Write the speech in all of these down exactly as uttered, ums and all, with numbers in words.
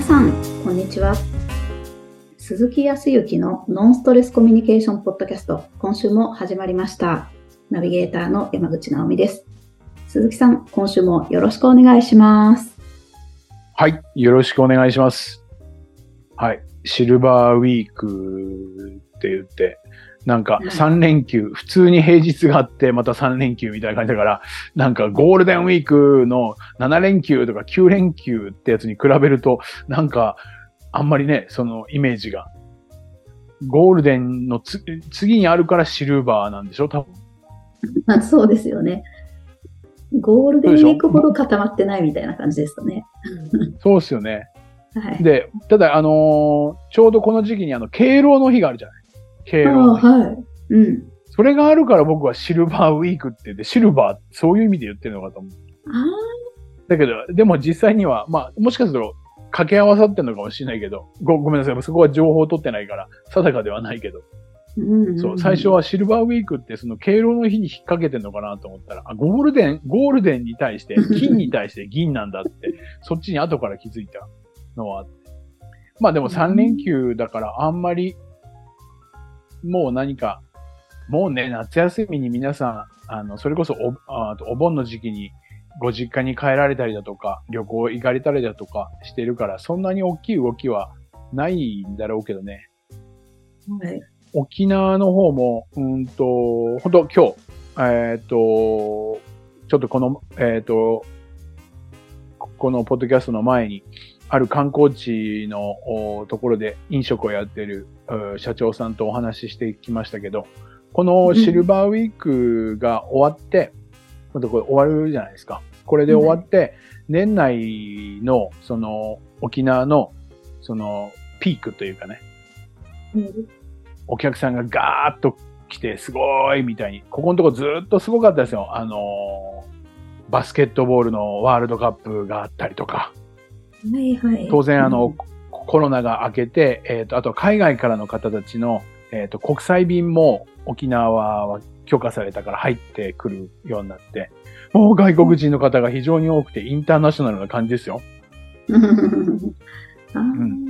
さん、こんにちは。鈴木康之のノンストレスコミュニケーションポッドキャスト、今週も始まりました。ナビゲーターの山口直美です。鈴木さん、今週もよろしくお願いします。 はい、よろしくお願いします。はい、シルバーウィークって言って、なんかさん連休、はい、普通に平日があってまたさん連休みたいな感じだから、なんかゴールデンウィークのなな連休とかきゅう連休ってやつに比べると、なんかあんまりね、そのイメージが。ゴールデンのつ次にあるからシルバーなんでしょ、多分。 まあ、そうですよね。ゴールデンウィークほど固まってないみたいな感じですかね。 そうですよね。 はい、 で、ただあのー、ちょうどこの時期にあの敬老の日があるじゃない。敬老の日。 はい。うん。 それがあるから僕はシルバーウィークって言って、シルバーそういう意味で言ってるのかと思う。 あだけど、でも実際には、まあ、もしかすると掛け合わさってるのかもしれないけど、ご、ごめんなさい。そこは情報を取ってないから、定かではないけど。 うんうんうん、 そう、最初はシルバーウィークってその敬老の日に引っ掛けてるのかなと思ったら、あ、ゴールデン、ゴールデンに対して、金に対して銀なんだって、そっちに後から気づいたのはあって。まあでもさん連休だからあんまり、もう何か、もうね、夏休みに皆さん、あの、それこそお、あお盆の時期にご実家に帰られたりだとか、旅行行かれたりだとかしてるから、そんなに大きい動きはないんだろうけどね。 はい、 沖縄の方も、うんと、ほんと今日、えっ、ー、と、ちょっとこの、えっ、ー、と、このポッドキャストの前に、ある観光地のところで飲食をやっている社長さんとお話ししてきましたけど、このシルバーウィークが終わって、うん、これ終わるじゃないですか。これで終わって、うん、年内のその沖縄のそのピークというかね、うん、お客さんがガーッと来てすごいみたいに、ここのとこずっとすごかったですよ。あのバスケットボールのワールドカップがあったりとか。 はいはい、 当然あの、うん、コロナが明けて、えっと、あと海外からの方たちの、えっと、国際便も沖縄は許可されたから入ってくるようになって、もう外国人の方が非常に多くてインターナショナルな感じですよ。うん、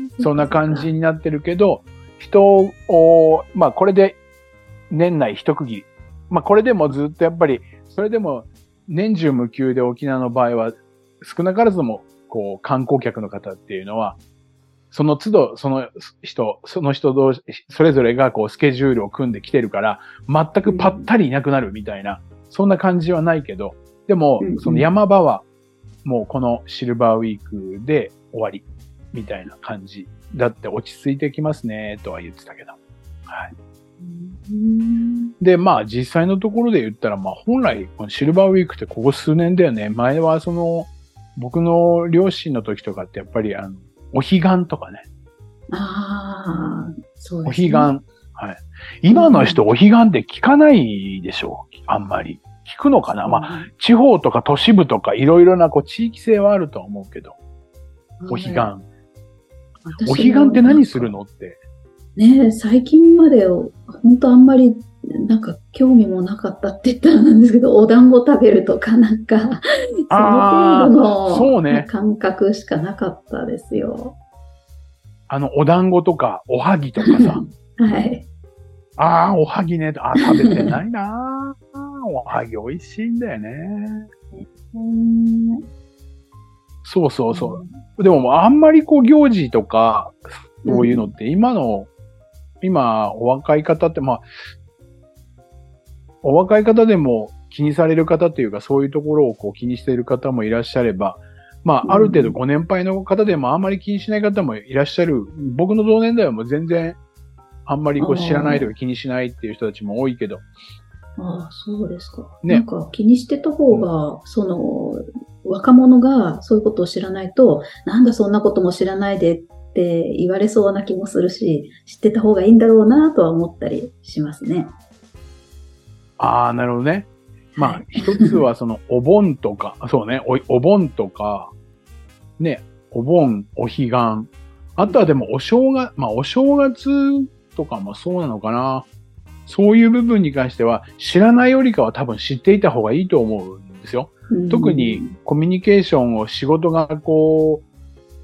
そんな感じになってるけど、人を、まあこれで年内一区切り。まあこれでもずっとやっぱり、それでも年中無休で沖縄の場合は少なからずもこう観光客の方っていうのは、その都度その人、その人同士、それぞれがこうスケジュールを組んできてるから、全くぱったりいなくなるみたいな、そんな感じはないけど、でも、その山場はもうこのシルバーウィークで終わりみたいな感じだって落ち着いてきますねとは言ってたけど。はい。で、まあ実際のところで言ったら、まあ本来このシルバーウィークってここ数年だよね。前はその僕の両親の時とかってやっぱりあのお彼岸とかね。 ああ、そうですね。 お彼岸。はい。今の人、お彼岸って聞かないでしょう。あんまり。聞くのかな、まあ、地方とか都市部とかいろいろなこう地域性はあると思うけど。お彼岸。お彼岸って何するのって。 ねえ、最近まで本当あんまりなんか興味もなかったって言ったらなんですけど、お団子食べるとかなんか、その程度の感覚しかなかったですよ。 あの、お団子とか、おはぎとかさ。 はい。 ああ、おはぎね。ああ、食べてないな。おはぎ美味しいんだよね。そうそうそう。でも、あんまりこう、行事とか、そういうのって、今の、今、お若い方って、まあ、お若い方でも気にされる方っていうか、そういうところをこう気にしている方もいらっしゃれば、まあ、ある程度ご年配の方でもあんまり気にしない方もいらっしゃる。僕の同年代はもう全然、あんまりこう知らないとか気にしないっていう人たちも多いけど。 ああ、そうですか。ね。なんか気にしてた方が、その、若者がそういうことを知らないと、なんだそんなことも知らないでって言われそうな気もするし、知ってた方がいいんだろうなとは思ったりしますね。 ああ、なるほどね。まあ、一つはその、お盆とか、そうね、お、お盆とか、ね、お盆、お彼岸。あとはでも、お正月、まあ、お正月とかもそうなのかな。そういう部分に関しては、知らないよりかは多分知っていた方がいいと思うんですよ。特にコミュニケーションを仕事がこう、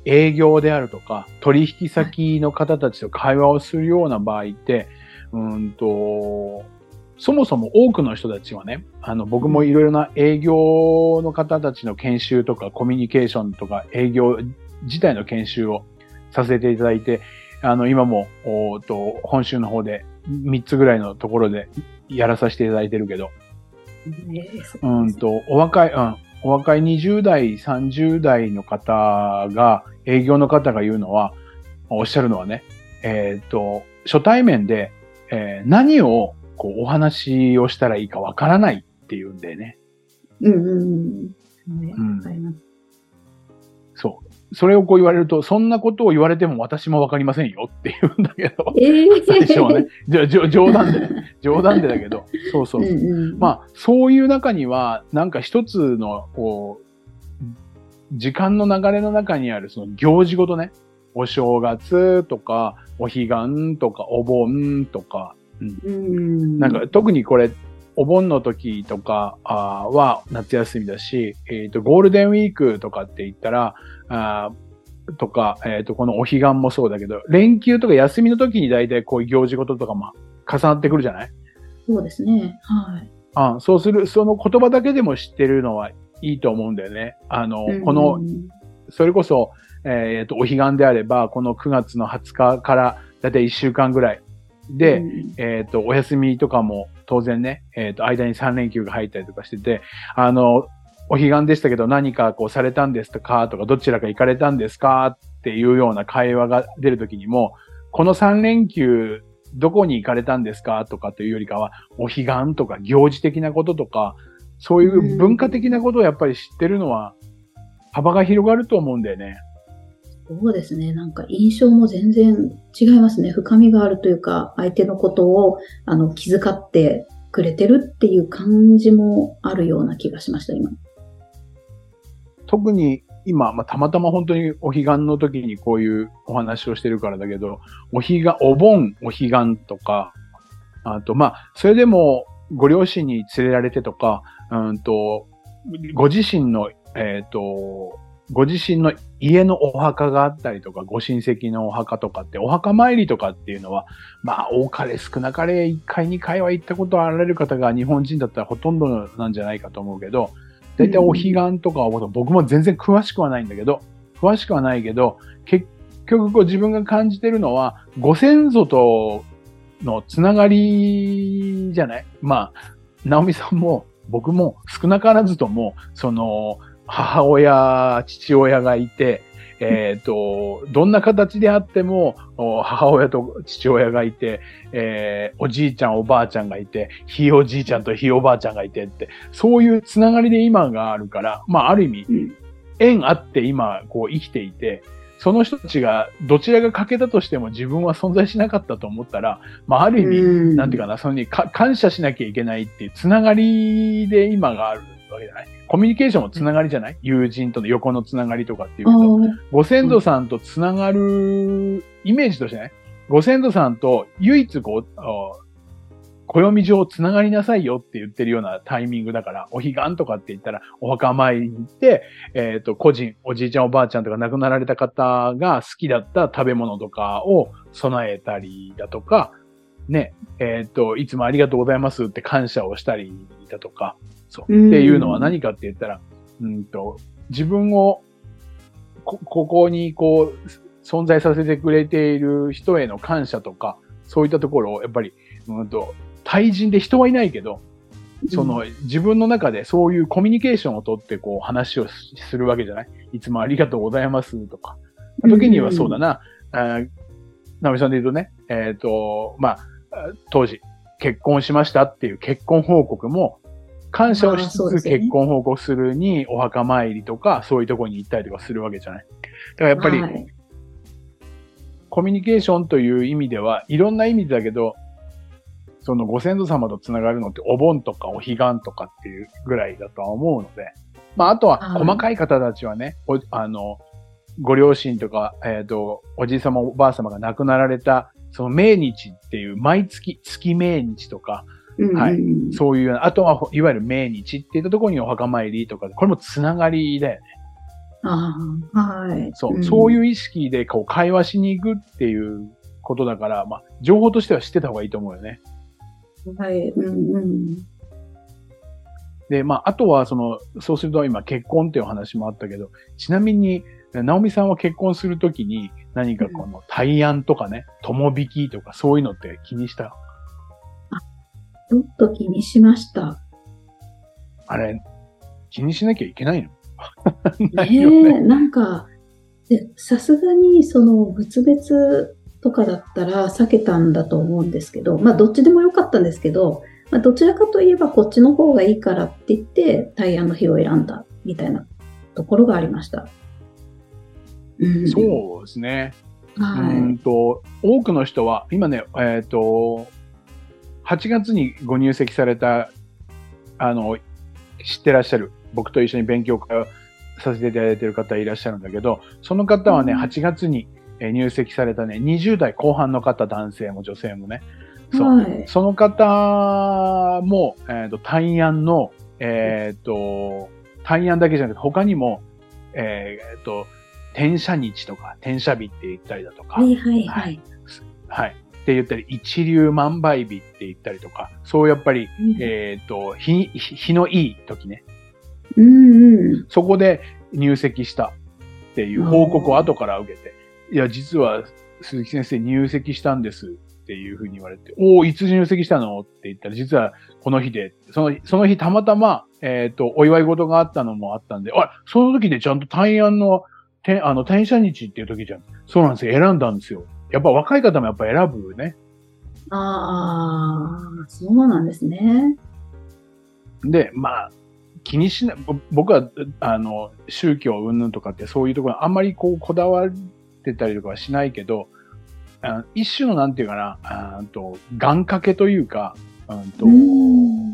営業であるとか、取引先の方たちと会話をするような場合って、うんと、そもそも多くの人たちはね、あの、僕もいろいろな営業の方たちの研修とか、コミュニケーションとか、営業自体の研修をさせていただいて、あの、今も、おーと、本州の方でみっつぐらいのところでやらさせていただいてるけど、うんと、お若い、うん、お若いにじゅう代、さんじゅう代の方が、営業の方が言うのは、おっしゃるのはね、えっと、初対面で、えー、何をこうお話をしたらいいかわからないっていうんでね。 うんうんうん。ね、 うん、そう。それをこう言われると、そんなことを言われても私もわかりませんよって言うんだけど。えー、最初はね。じゃ、じょ、冗談でね。冗談でだけど。そうそう。うんうん、まあ、そういう中には、なんか一つの、こう、時間の流れの中にあるその行事ごとね。お正月とか、お彼岸とか、お盆とか、うん、うんなんか特にこれ、お盆の時とかは夏休みだし、えっと、ゴールデンウィークとかって言ったら、あとか、えっと、このお彼岸もそうだけど、連休とか休みの時に大体こういう行事事とかも重なってくるじゃない？ そうですね。はい。 あそうする、その言葉だけでも知ってるのはいいと思うんだよね。あの、うん、この、それこそ、えっと、お彼岸であれば、このくがつのはつかからだいたいいっしゅうかんぐらいで、うん、えっと、お休みとかも当然ね、えっと、間にさん連休が入ったりとかしてて、あの、お彼岸でしたけど何かこうされたんですかとか、どちらか行かれたんですかっていうような会話が出るときにも、このさん連休どこに行かれたんですかとかというよりかは、お彼岸とか行事的なこととか、そういう文化的なことをやっぱり知ってるのは幅が広がると思うんだよね。 そうですね。なんか印象も全然違いますね。深みがあるというか、相手のことをあの気遣ってくれてるっていう感じもあるような気がしました、今。 特に今、まあ、たまたま本当にお彼岸の時にこういうお話をしてるからだけど、お彼岸、お盆、お彼岸とか、あと、まあ、それでもご両親に連れられてとか、うんと、ご自身の、えっと、ご自身の家のお墓があったりとか、ご親戚のお墓とかって、お墓参りとかっていうのは、まあ、多かれ少なかれいっかい、にかいは行ったことあられる方が日本人だったらほとんどなんじゃないかと思うけど、だいたいお彼岸とかは僕も全然詳しくはないんだけど、詳しくはないけど、結局こう自分が感じてるのは、ご先祖とのつながりじゃない？まあ、直美さんも僕も少なからずとも、その、母親、父親がいて、えっと、どんな形であっても、母親と父親がいて、えー、おじいちゃん、おばあちゃんがいて、ひいおじいちゃんとひいおばあちゃんがいてって、そういうつながりで今があるから、まあ、ある意味、縁あって今、こう生きていて、その人たちがどちらが欠けたとしても自分は存在しなかったと思ったら、まあ、ある意味、なんていうかな、それにか感謝しなきゃいけないっていうつながりで今があるわけじゃない？コミュニケーションもつながりじゃない？友人との横のつながりとかっていうけど、ご先祖さんとつながるイメージとしてね、ご先祖さんと唯一こう、暦上つながりなさいよって言ってるようなタイミングだから、お彼岸とかって言ったらお墓参りに行って、えっと、個人、おじいちゃんおばあちゃんとか亡くなられた方が好きだった食べ物とかを備えたりだとか、ね、えっと、いつもありがとうございますって感謝をしたりだとか、そう。っていうのは何かって言ったら、うんと、自分をこ、ここにこう、存在させてくれている人への感謝とか、そういったところをやっぱり、うんと、対人で人はいないけど、その、自分の中でそういうコミュニケーションをとってこう話をするわけじゃない？いつもありがとうございますとか。時にはそうだな、直美さんで言うとね、えっと、まあ、当時、結婚しましたっていう結婚報告も、感謝をしつつ結婚報告するにお墓参りとかそういうところに行ったりとかするわけじゃない。だからやっぱり、はい、コミュニケーションという意味ではいろんな意味だけど、そのご先祖様とつながるのってお盆とかお彼岸とかっていうぐらいだとは思うので、まああとは細かい方たちはね、はい、あの、ご両親とか、えっと、おじい様おばあ様が亡くなられたその命日っていう毎月、月命日とか、はい。そういう、あとは、いわゆる命日っていったところにお墓参りとか、これもつながりだよね。 ああ、はい。 そう、 うん、 そういう意識でこう会話しに行くっていうことだから、まあ、情報としては知ってた方がいいと思うよね。 はい。うんうん。 で、まあ、あとは、その、そうすると今結婚っていうお話もあったけど、ちなみに、直美さんは結婚するときに何かこの大安とかね、友引きとかそういうのって気にした？ あ、ちょっと気にしました。 あれ、気にしなきゃいけないの？ないねよね。 え、なんか、でさすがにその仏別とかだったら避けたんだと思うんですけど、まあどっちでもよかったんですけど、まあ、どちらかといえばこっちの方がいいからって言って大安の日を選んだみたいなところがありました。うん、 そうですね。 はうんと、多くの人は、今ね、えっと、はちがつにご入籍された、あの、知ってらっしゃる、僕と一緒に勉強会をさせていただいている方いらっしゃるんだけど、その方はね、 うんはちがつに入籍されたね、にじゅう代後半の方、男性も女性もね、 い。 そう。 はい。 その方も、えっと、大安の、えっと、大安だけじゃなくて、他にも、えっと、転写日とか、転写日って言ったりだとか、 はいはいはい。 はい。って言ったり、一粒万倍日って言ったりとか、そうやっぱり、 うん、 えっと、日、日のいい時ね。 うんうん。 そこで入籍したっていう報告を後から受けて、いや、実は鈴木先生入籍したんですっていうふうに言われて、おお、いつ入籍したのって言ったら、実はこの日で、その、その日たまたま、えっと、お祝い事があったのもあったんで、あ、その時でちゃんと大安の、てあの、転写日っていう時じゃん。そうなんですよ。選んだんですよ。やっぱ若い方もやっぱ選ぶね。 ああ、そうなんですね。 で、まあ、気にしない、僕は、あの、宗教云々とかってそういうところあんまりこうこだわってたりとかはしないけど、あ一種のなんていうかな、あと、願掛けというか、うんと、 うん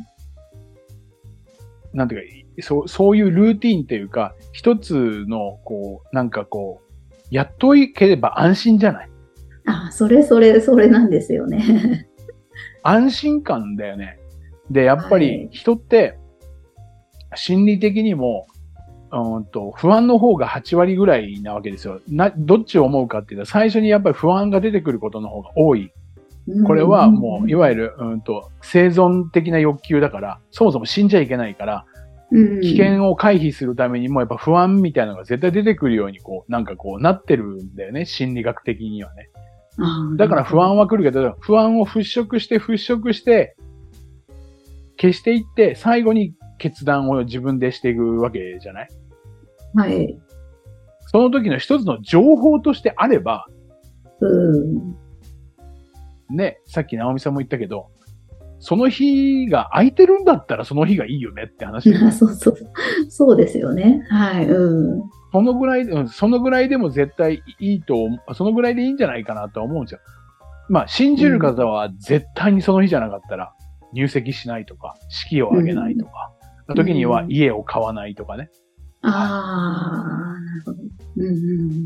なんていうか、そう、そういうルーティーンっていうか、一つの、こう、なんかこう、やっといければ安心じゃない？ あ、それそれそれなんですよね。 安心感だよね。で、やっぱりはい。 人って、心理的にも、うんと、不安の方がはち割ぐらいなわけですよ。な、どっちを思うかっていうと、最初にやっぱり不安が出てくることの方が多い。これはもう、いわゆる、うんと、生存的な欲求だから、そもそも死んじゃいけないから、危険を回避するためにもやっぱ不安みたいなのが絶対出てくるようにこう、なんかこうなってるんだよね。心理学的にはね。だから不安は来るけど、不安を払拭して払拭して、消していって、最後に決断を自分でしていくわけじゃない？ はい。 その時の一つの情報としてあれば、 うん。 ね、さっき直美さんも言ったけど、その日が空いてるんだったらその日がいいよねって話。 そうそう。そうですよね。はい。うん。 そのぐらい、うん、そのぐらいでも絶対いいと思う、そのぐらいでいいんじゃないかなと思うんですよ。まあ、信じる方は絶対にその日じゃなかったら入籍しないとか、式を挙げないとか、うん、時には家を買わないとかね。 ああ、なるほど。うんうん、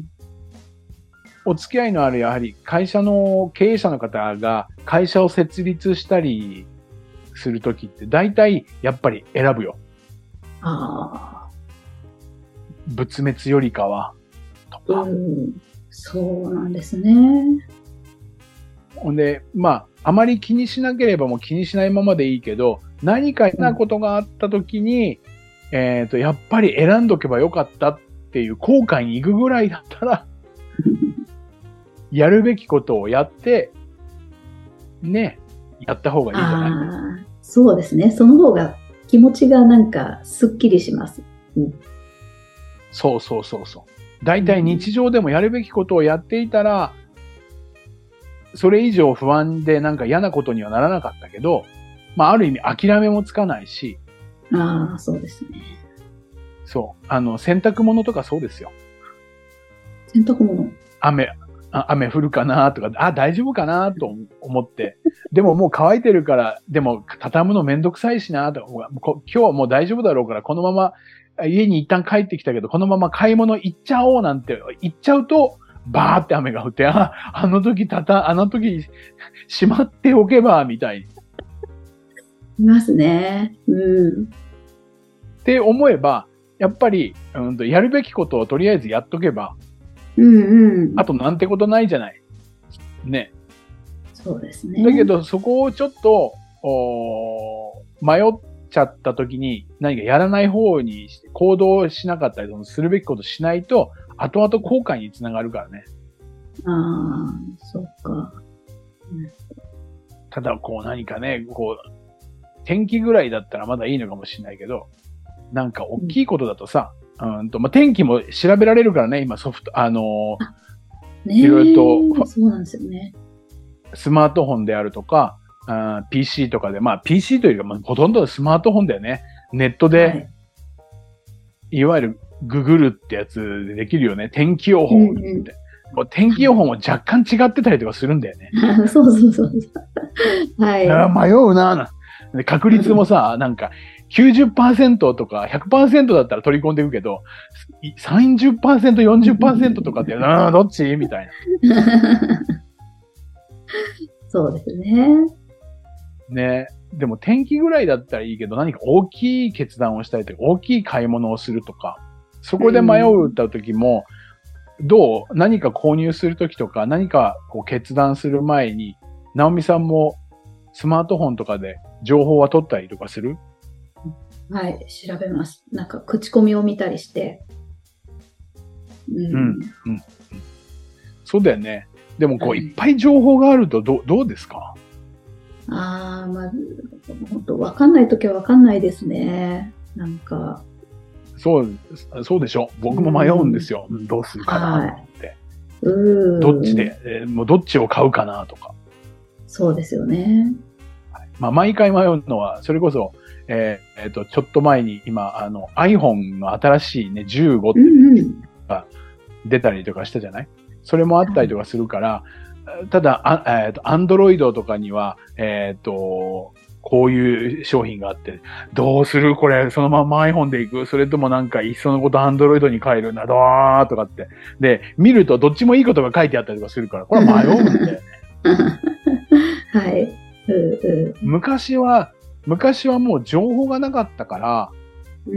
お付き合いのあるやはり会社の経営者の方が会社を設立したりするときって大体やっぱり選ぶよ。 ああ。 仏滅よりかはとか。 うん、そうなんですね。 ほんで、まあ、あまり気にしなければもう気にしないままでいいけど、何か嫌なことがあったときに、うん、えっと、やっぱり選んどけばよかったっていう後悔に行くぐらいだったら、やるべきことをやって、ね、やった方がいいんじゃない？ あ、そうですね。その方が気持ちがなんかすっきりします。うん、 そうそうそうそう。だいたい日常でもやるべきことをやっていたら、それ以上不安でなんか嫌なことにはならなかったけど、まあある意味諦めもつかないし。 ああ、そうですね。 そう。あの、洗濯物とかそうですよ。 洗濯物。 雨、雨降るかなとか、あ、大丈夫かなと思って。でももう乾いてるから、でも畳むのめんどくさいしなとか、今日はもう大丈夫だろうから、このまま家に一旦帰ってきたけど、このまま買い物行っちゃおうなんて言っちゃうと、バーって雨が降って、あ、あの時たた、あの時しまっておけば、みたいに。 いますね。うん。 って思えば、 やっぱり、うんと、やるべきことをとりあえずやっとけば、 うんうん。 あとなんてことないじゃない。ね。 そうですね。 だけど、そこをちょっと、お迷っちゃった時に、何かやらない方にして行動しなかったり、するべきことしないと、後々後悔につながるからね。 ああ、そっか。 ただ、こう何かね、こう、天気ぐらいだったらまだいいのかもしれないけど、なんか大きいことだとさ、うんと、まあ、天気も調べられるからね、今ソフト、あのー、 ね、 いろいろと、 そうなんですよね。 スマートフォンであるとか、あ ピーシー とかで、まあ ピーシー というか、まあ、ほとんどスマートフォンだよね。ネットで、はい、いわゆるググるってやつでできるよね。天気予報って。うんうん、こう天気予報も若干違ってたりとかするんだよね。 そうそうそう。はい。 迷うなぁ。確率もさ、なんか、きゅうじゅっパーセント とか ひゃくパーセント だったら取り込んでいくけど、さんじゅっパーセント、よんじゅっパーセント とかって、ああ、どっちみたいな。 そうですね。 ね。でも天気ぐらいだったらいいけど、何か大きい決断をしたりとか、大きい買い物をするとか、そこで迷うった時も、うん、どう何か購入する時とか、何かこう決断する前に、直美さんもスマートフォンとかで情報は取ったりとかする？ はい、調べます。なんか口コミを見たりして。 うん。うん。うん。そうだよね。でもこう、はい、いっぱい情報があるとど、どうですか？ ああ、まあ、本当わかんないときはわかんないですね。なんか。 そう、そうでしょ。僕も迷うんですよ。うん、どうするかなって。はい、 うん。 どっちで、えー、もうどっちを買うかなとか。 そうですよね。 はい、まあ、毎回迷うのは、それこそ、えー、えーと、ちょっと前に今、あの、iPhone の新しいね、じゅうごっていうのが出たりとかしたじゃない？それもあったりとかするから、はい、ただ、あえっと、Android とかには、えっと、こういう商品があって、どうするこれ、そのまま iPhone で行く？それともなんか、いっそのこと Android に変えるんだ、どーとかって。で、見るとどっちもいいことが書いてあったりとかするから、これは迷うんだよね。 はい。うんうん、 昔は、昔はもう情報がなかったから、 うん、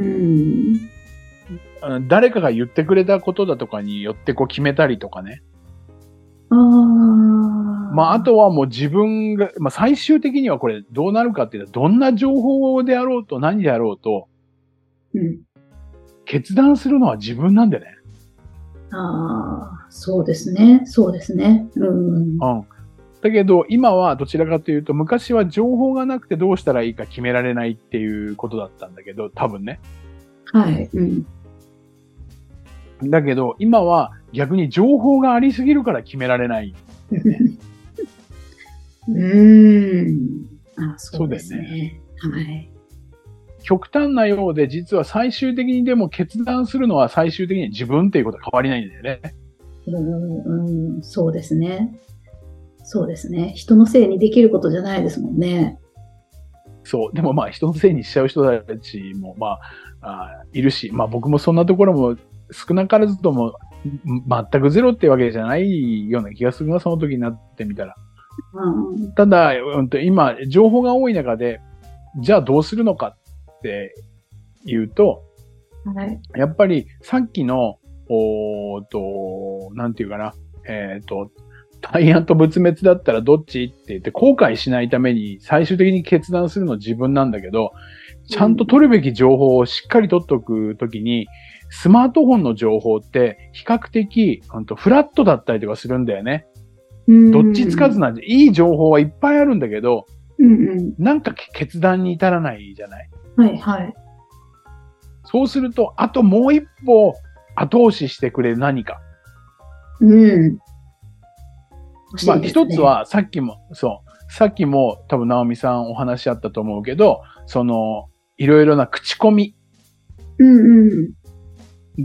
誰かが言ってくれたことだとかによってこう決めたりとかね。 あまあ、あとはもう自分が、まあ最終的にはこれどうなるかっていうと、どんな情報であろうと何であろうと、 うん、 決断するのは自分なんだよね。 ああ、そうですね。そうですね。うん。うん。 だけど、今はどちらかというと、昔は情報がなくてどうしたらいいか決められないっていうことだったんだけど、多分ね。 はい。うん。 だけど、今は逆に情報がありすぎるから決められない、ね。 うーん。あ、そうですね。そうだよね。はい。 極端なようで、実は最終的にでも決断するのは最終的には自分っていうことは変わりないんだよね。 うん、うん、そうですね。そうですね。人のせいにできることじゃないですもんね。 そう。でもまあ人のせいにしちゃう人たちもまあ、あいるし、まあ僕もそんなところも少なからずとも全くゼロってわけじゃないような気がするな、その時になってみたら。うん、ただ、うん、今、情報が多い中で、じゃあどうするのかっていうと、 はい、 やっぱりさっきの、おーと、なんていうかな、えっと、大安と仏滅だったらどっちって言って後悔しないために最終的に決断するのは自分なんだけど、ちゃんと取るべき情報をしっかり取っておくときに、スマートフォンの情報って比較的、うん、とフラットだったりとかするんだよね。どっちつかずなんで、いい情報はいっぱいあるんだけど、 うんうん、 なんか決断に至らないじゃない。 はいはい。 そうすると、あともう一歩後押ししてくれる何か。 うん。 まあ一つはさっきも、そう、さっきも多分直美さんお話あったと思うけど、その、いろいろな口コミ。 うんうん。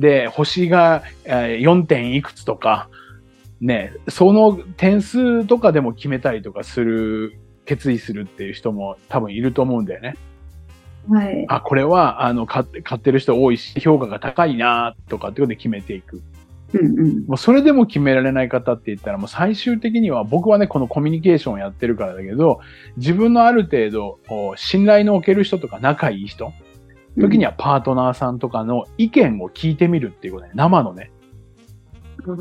で、星がよんてんいくつとか、ね、その点数とかでも決めたりとかする、決意するっていう人も多分いると思うんだよね。 はい。 あ、これは、あの、買って、買ってる人多いし、評価が高いなとかってことで決めていく。 うんうん。 もうそれでも決められない方って言ったら、もう最終的には僕はね、このコミュニケーションをやってるからだけど、自分のある程度、信頼のおける人とか仲いい人、 時にはパートナーさんとかの意見を聞いてみるっていうことね。生のね。 うん、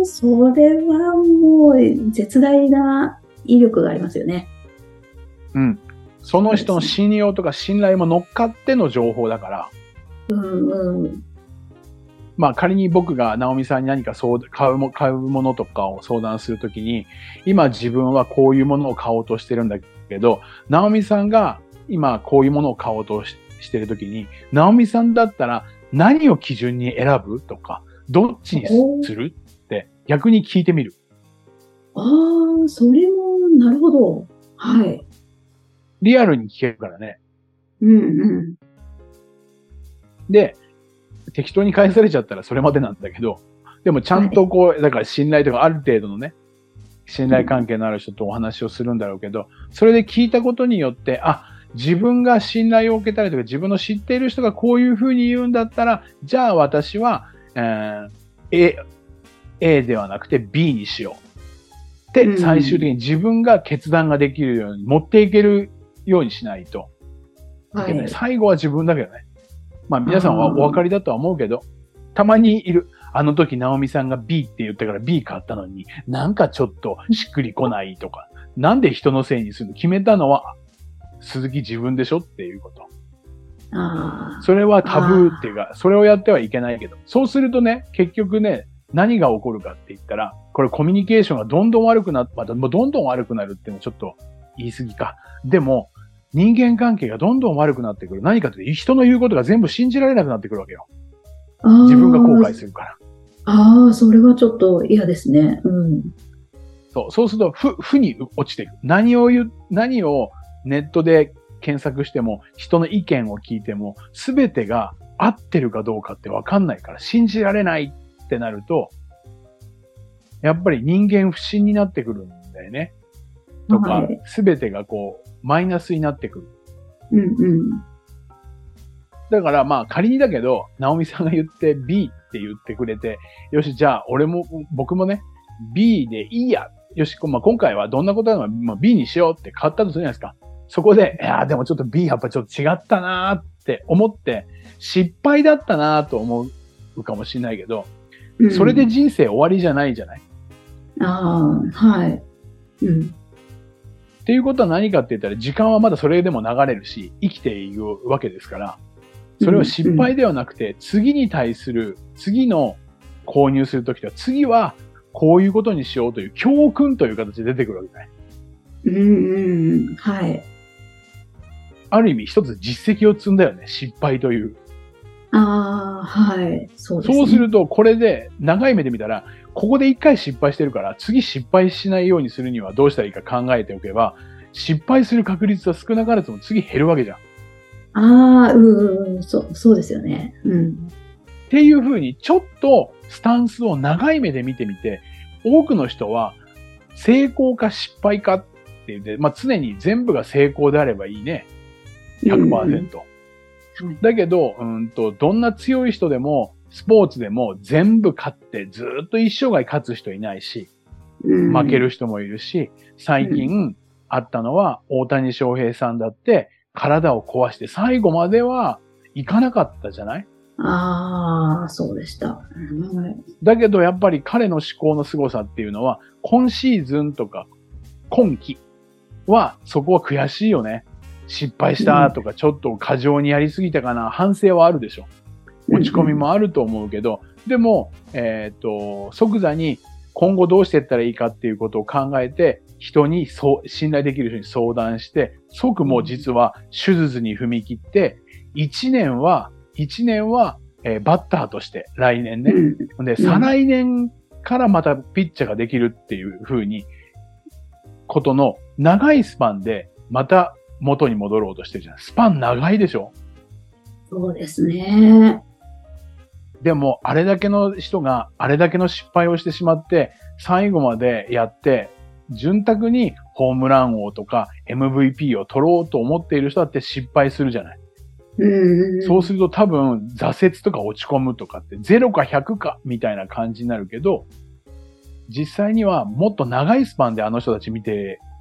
それはもう絶大な威力がありますよね。 うん。その人の信用とか信頼も乗っかっての情報だから。 うんうん。 まあ仮に僕が直美さんに何かそう買うも、買うものとかを相談するときに、今自分はこういうものを買おうとしてるんだけど、直美さんが今こういうものを買おうとししてるときに、直美さんだったら何を基準に選ぶとか、どっちにするって逆に聞いてみる。 ああ、それも、なるほど。はい。 リアルに聞けるからね。 うんうん。 で、適当に返されちゃったらそれまでなんだけど、でもちゃんとこう、はい、だから信頼とかある程度のね、信頼関係のある人とお話をするんだろうけど、それで聞いたことによって、あ、自分が信頼を受けたりとか自分の知っている人がこういうふうに言うんだったら、じゃあ私は、えー、A、A ではなくて B にしよう。で、最終的に自分が決断ができるように持っていけるようにしないと。はい、最後は自分だけどね。まあ皆さんはお分かりだとは思うけど、たまにいる。あの時、直美さんが B って言ったから B 買ったのに、なんかちょっとしっくりこないとか、なんで人のせいにするの？決めたのは鈴木自分でしょっていうこと。 あそれはタブーっていうか、それをやってはいけないけど、そうするとね、結局ね、何が起こるかって言ったら、これコミュニケーションがどんどん悪くなって、またもうどんどん悪くなるっていうのはちょっと言い過ぎか。でも、人間関係がどんどん悪くなってくる。何かというと、人の言うことが全部信じられなくなってくるわけよ。自分が後悔するから。 ああ、それはちょっと嫌ですね。うん。 そう、そうすると、負、負に落ちていく。何を言う、何をネットで検索しても、人の意見を聞いても、すべてが合ってるかどうかってわかんないから、信じられないってなると、やっぱり人間不信になってくるんだよね。とか、すべてがこう、マイナスになってくる。 うんうん。 だからまあ仮にだけど、直美さんが言って B って言ってくれて、よし、じゃあ俺も、僕もね、B でいいや。よし、まあ、今回はどんなことなのか、まあ、B にしようって買ったとするじゃないですか。そこで、いやでもちょっと B やっぱちょっと違ったなーって思って、失敗だったなーと思うかもしれないけど、うん、それで人生終わりじゃないじゃない。 ああ、はい。うん。 っていうことは何かって言ったら、時間はまだそれでも流れるし、生きているわけですから、それは失敗ではなくて、次に対する、次の購入するときは、次はこういうことにしようという教訓という形で出てくるわけね。 うんうん、はい。 ある意味一つ実績を積んだよね、失敗という。 ああ、はい。そうですね。 そうすると、これで長い目で見たら、ここで一回失敗してるから、次失敗しないようにするにはどうしたらいいか考えておけば、失敗する確率は少なからずも次減るわけじゃん。 ああ、うん、そう、そうですよね。うん。 っていうふうに、ちょっとスタンスを長い目で見てみて、多くの人は成功か失敗かって言って、まあ常に全部が成功であればいいね。ひゃくパーセント。うん、だけど、うんと、どんな強い人でも、スポーツでも全部勝ってずっと一生涯勝つ人いないし、負ける人もいるし、最近あったのは大谷翔平さんだって体を壊して最後まではいかなかったじゃない？ ああ、そうでした。うん、 だけどやっぱり彼の思考の凄さっていうのは、今シーズンとか今季はそこは悔しいよね。失敗したとかちょっと過剰にやりすぎたかな、反省はあるでしょ。落ち込みもあると思うけど、でも、えっと、即座に今後どうしていったらいいかっていうことを考えて、人にそう、信頼できる人に相談して、即もう実は手術に踏み切って、一年は、一年は、えー、バッターとして来年ね。で、再来年からまたピッチャーができるっていう風に、ことの長いスパンでまた元に戻ろうとしてるじゃん。スパン長いでしょ？ そうですね。 でも、あれだけの人があれだけの失敗をしてしまって、最後までやって、潤沢にホームラン王とか エムブイピー を取ろうと思っている人だって失敗するじゃない。 うん、 そうすると多分挫折とか落ち込むとかってゼロかひゃくかみたいな感じになるけど、実際にはもっと長いスパンであの人たち見て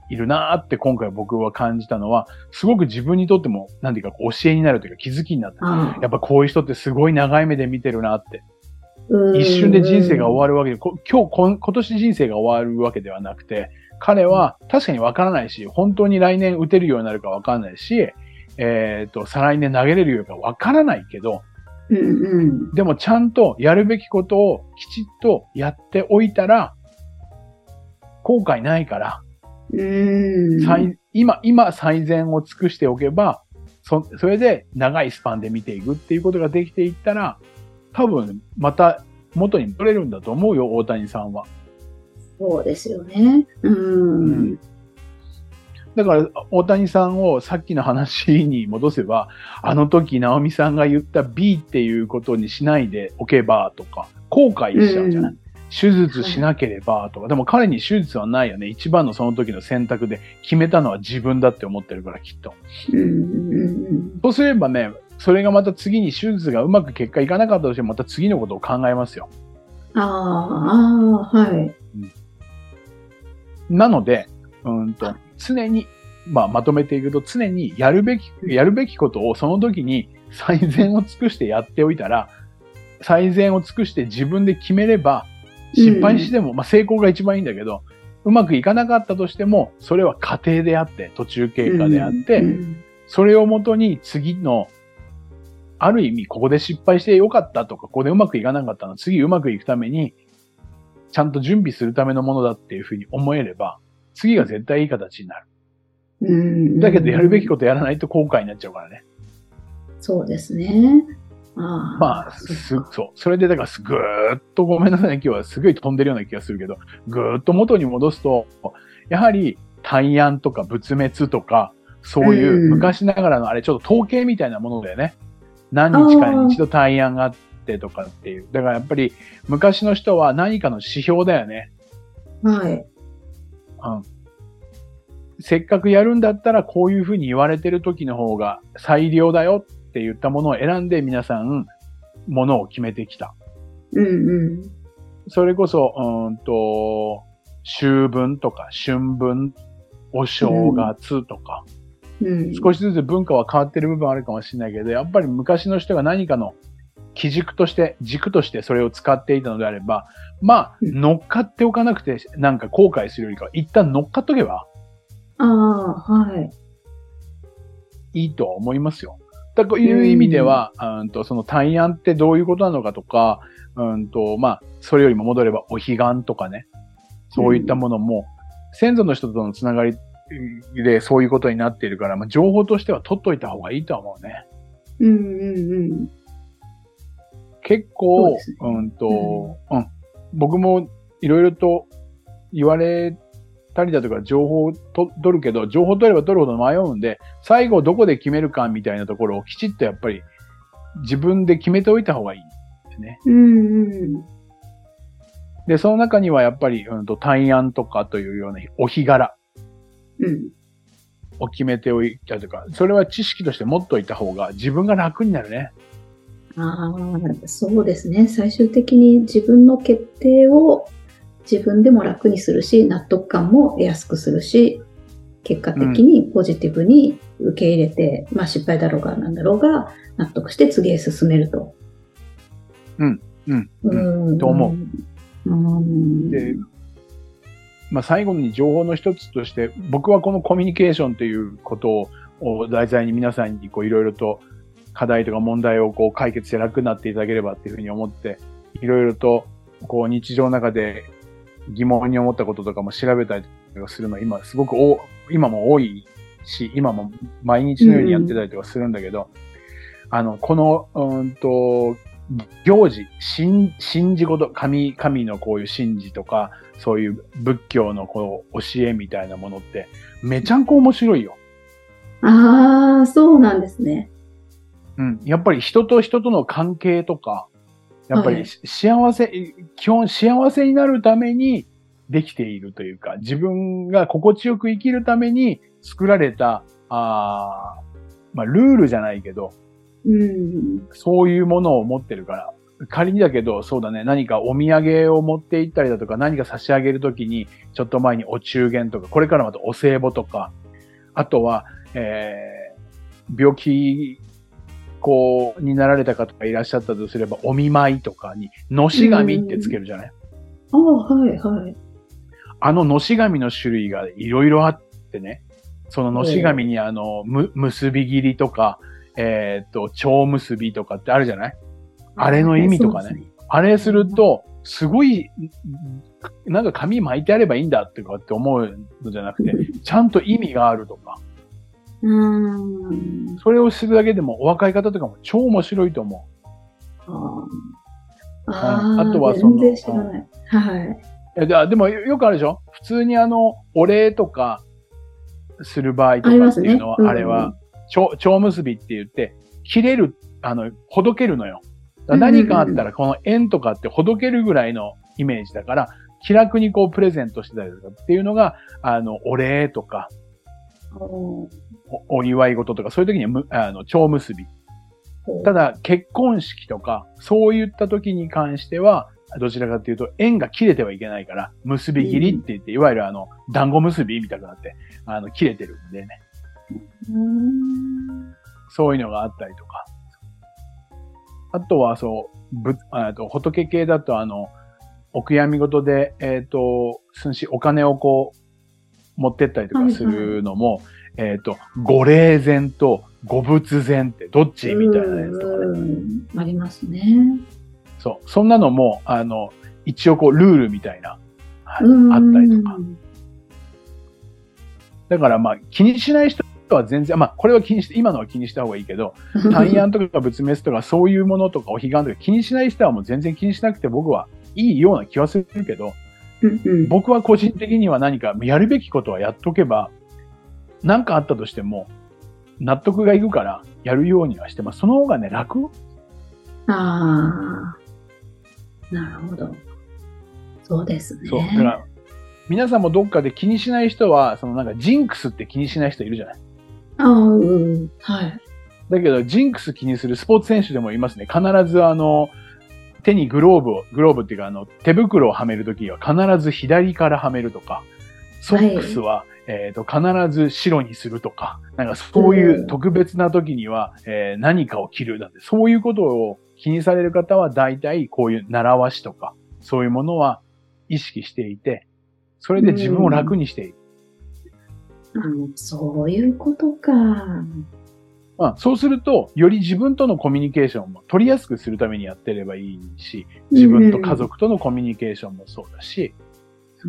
いるなーって今回僕は感じたのは、すごく自分にとっても、なんていうか教えになるというか気づきになった。やっぱこういう人ってすごい長い目で見てるなって。一瞬で人生が終わるわけで、今日、今年人生が終わるわけではなくて、彼は確かにわからないし、本当に来年打てるようになるかわからないし、えっと、再来年投げれるようかわからないけど、 うんうん、 でもちゃんとやるべきことをきちっとやっておいたら、後悔ないから、 うん今、今最善を尽くしておけば、そ、それで長いスパンで見ていくっていうことができていったら、多分また元に戻れるんだと思うよ、大谷さんは。 そうですよね。うん、うん。 だから、大谷さんをさっきの話に戻せば、あの時、直美さんが言った B っていうことにしないでおけばとか、後悔しちゃうじゃない、うん、手術しなければとか、でも彼に手術はないよね。一番のその時の選択で決めたのは自分だって思ってるから、きっと。 うん、 そうすればね、それがまた次に手術がうまく結果いかなかったとしても、また次のことを考えますよ。 ああ、はい、 うん。なので、うんと、常に、まあ、まとめていくと、常にやるべき、やるべきことをその時に最善を尽くしてやっておいたら、最善を尽くして自分で決めれば、失敗しても、うん、まあ、成功が一番いいんだけど、うまくいかなかったとしても、それは過程であって、途中経過であって、うん、それをもとに次の、ある意味、ここで失敗してよかったとか、ここでうまくいかなかったの、次うまくいくために、ちゃんと準備するためのものだっていうふうに思えれば、次が絶対いい形になる。 うん、 だけど、やるべきことやらないと後悔になっちゃうからね。 そうですね。あまあ、す、そう。それで、だから、ぐーっとごめんなさいね、今日はすごい飛んでるような気がするけど、ぐーっと元に戻すと、やはり、大安とか仏滅とか、そういう昔ながらのあれ、ちょっと統計みたいなものだよね。何日かに一度大安があってとかっていう。だからやっぱり、昔の人は何かの指標だよね。 はい。 うん。せっかくやるんだったら、こういうふうに言われてる時の方が最良だよって言ったものを選んで皆さん、ものを決めてきた。 うんうん。 それこそ、うんと、秋分とか春分、お正月とか、うんうん、少しずつ文化は変わってる部分あるかもしれないけど、やっぱり昔の人が何かの基軸として、軸としてそれを使っていたのであれば、まあ、乗っかっておかなくて、なんか後悔するよりかは、一旦乗っかっとけば、 ああ、はい。 いいとは思いますよ。だという意味では、うんとその大安ってどういうことなのかとか、うんとまあ、それよりも戻ればお彼岸とかね、そういったものも、うん、先祖の人とのつながりでそういうことになっているから、まあ、情報としては取っといた方がいいとは思うね。 うんうんうん。 結構、ね、うんと、うん、うん、僕もいろいろと言われたりだとか情報をと取るけど、情報取れば取るほど迷うんで、最後どこで決めるかみたいなところをきちっとやっぱり自分で決めておいた方がいいですね。 うんうん。 で、その中にはやっぱり、うんと、大安とかというようなお日柄を決めておいたとか、それは知識として持っといた方が自分が楽になるね。 ああ、そうですね。最終的に自分の決定を自分でも楽にするし、納得感も得やすくするし、結果的にポジティブに受け入れて、うん、まあ失敗だろうがなんだろうが納得して次へ進めると。 うん、うん、うん、と思う。 うん、 で、まあ最後に情報の一つとして、僕はこのコミュニケーションということを題材に皆さんにこういろいろと課題とか問題をこう解決して楽になっていただければっていうふうに思って、いろいろとこう日常の中で疑問に思ったこととかも調べたりとかするの今すごくお今も多いし、今も毎日のようにやってたりとかするんだけど、うん、あの、この、うんと、行事、信、信じ事、神、神のこういう神事とか、そういう仏教のこう教えみたいなものって、めちゃんこ面白いよ。 ああ、そうなんですね。 うん。やっぱり人と人との関係とか、やっぱり幸せ、はい、基本幸せになるためにできているというか、自分が心地よく生きるために作られた、あまあ、ルールじゃないけど、 うん、 そういうものを持ってるから、 仮にだけど、そうだね、何かお土産を持って行ったりだとか、何か差し上げるときに、ちょっと前にお中元とか、これからまたお歳暮とか、あとは、えー、病気、こう、になられた方がいらっしゃったとすれば、お見舞いとかに、のし紙ってつけるじゃない？ ああ、はい、はい。 あののし紙の種類がいろいろあってね、そののし紙にあの、む、結び切りとか、えっと、蝶結びとかってあるじゃない？あれの意味とかね。ねあれすると、すごい、なんか紙巻いてあればいいんだってかって思うのじゃなくて、ちゃんと意味があるとか。 うーん。 それをするだけでも、お若い方とかも超面白いと思う。 ああ。 あとはその、 全然知らない。はい。 で, でもよくあるでしょ？普通にあの、お礼とかする場合とかっていうのは、あ,、ねうん、あれは、蝶、蝶結びって言って、切れる、あの、ほどけるのよ。何かあったらこの縁とかってほどけるぐらいのイメージだから、気楽にこうプレゼントしてたりとかっていうのが、あの、お礼とか、お, お祝い事とか、そういう時にはむ、あの、蝶結び。ただ、結婚式とか、そういった時に関しては、どちらかというと、縁が切れてはいけないから、結び切りって言って、うん、いわゆるあの、団子結びみたいになって、あの、切れてるんでね。 うんそういうのがあったりとか。あとは、そう、ぶ、あと、仏系だと、あの、お悔やみ事で、えっと、寸志、お金をこう、持ってったりとかするのも、はいはい、えっと、ご霊前とご仏前ってどっちみたいなやつとかね。 ありますね。 そう。そんなのも、あの、一応こう、ルールみたいな、はい、あったりとか。だからまあ、気にしない人は全然、まあ、これは気にして、今のは気にした方がいいけど、単案とか仏滅とかそういうものとかお彼岸とか気にしない人はもう全然気にしなくて僕はいいような気はするけど、 うんうん、 僕は個人的には何かやるべきことはやっとけば、何かあったとしても、納得がいくからやるようにはしてます。その方がね、楽。 ああ。なるほど。そうですね。 そう。だから、皆さんもどっかで気にしない人は、そのなんかジンクスって気にしない人いるじゃない？ ああ、うん。はい。 だけど、ジンクス気にするスポーツ選手でもいますね。必ずあの、手にグローブを、グローブっていうかあの、手袋をはめるときは必ず左からはめるとか、ソックスは、はい、えっと、必ず白にするとか、なんかそういう特別な時には、えー、何かを着るなんて、そういうことを気にされる方は大体こういう習わしとか、そういうものは意識していて、それで自分を楽にしている。 うん、そういうことか。 まあ、そうすると、より自分とのコミュニケーションも取りやすくするためにやってればいいし、自分と家族とのコミュニケーションもそうだし、 うん、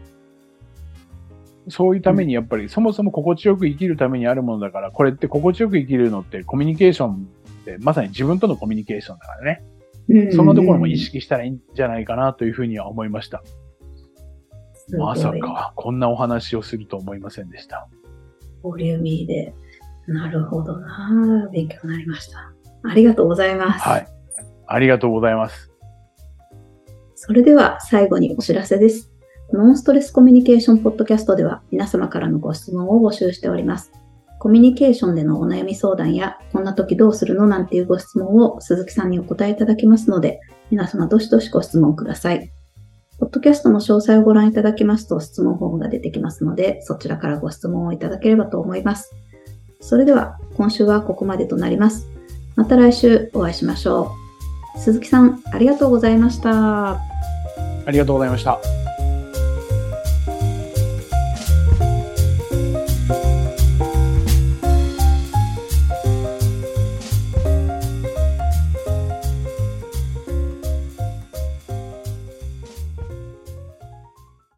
そういうためにやっぱりそもそも心地よく生きるためにあるものだから、これって心地よく生きるのってコミュニケーションってまさに自分とのコミュニケーションだからね。うん、そんなところも意識したらいいんじゃないかなというふうには思いました。まさかこんなお話をすると思いませんでした。 ボリューミーで。なるほどな。勉強になりました。ありがとうございます。 はい。ありがとうございます。 それでは最後にお知らせです。ノンストレスコミュニケーションポッドキャストでは皆様からのご質問を募集しております。コミュニケーションでのお悩み相談や、こんな時どうするのなんていうご質問を鈴木さんにお答えいただきますので、皆様どしどしご質問ください。ポッドキャストの詳細をご覧いただきますと質問フォームが出てきますので、そちらからご質問をいただければと思います。それでは今週はここまでとなります。また来週お会いしましょう。鈴木さん、ありがとうございました。 ありがとうございました。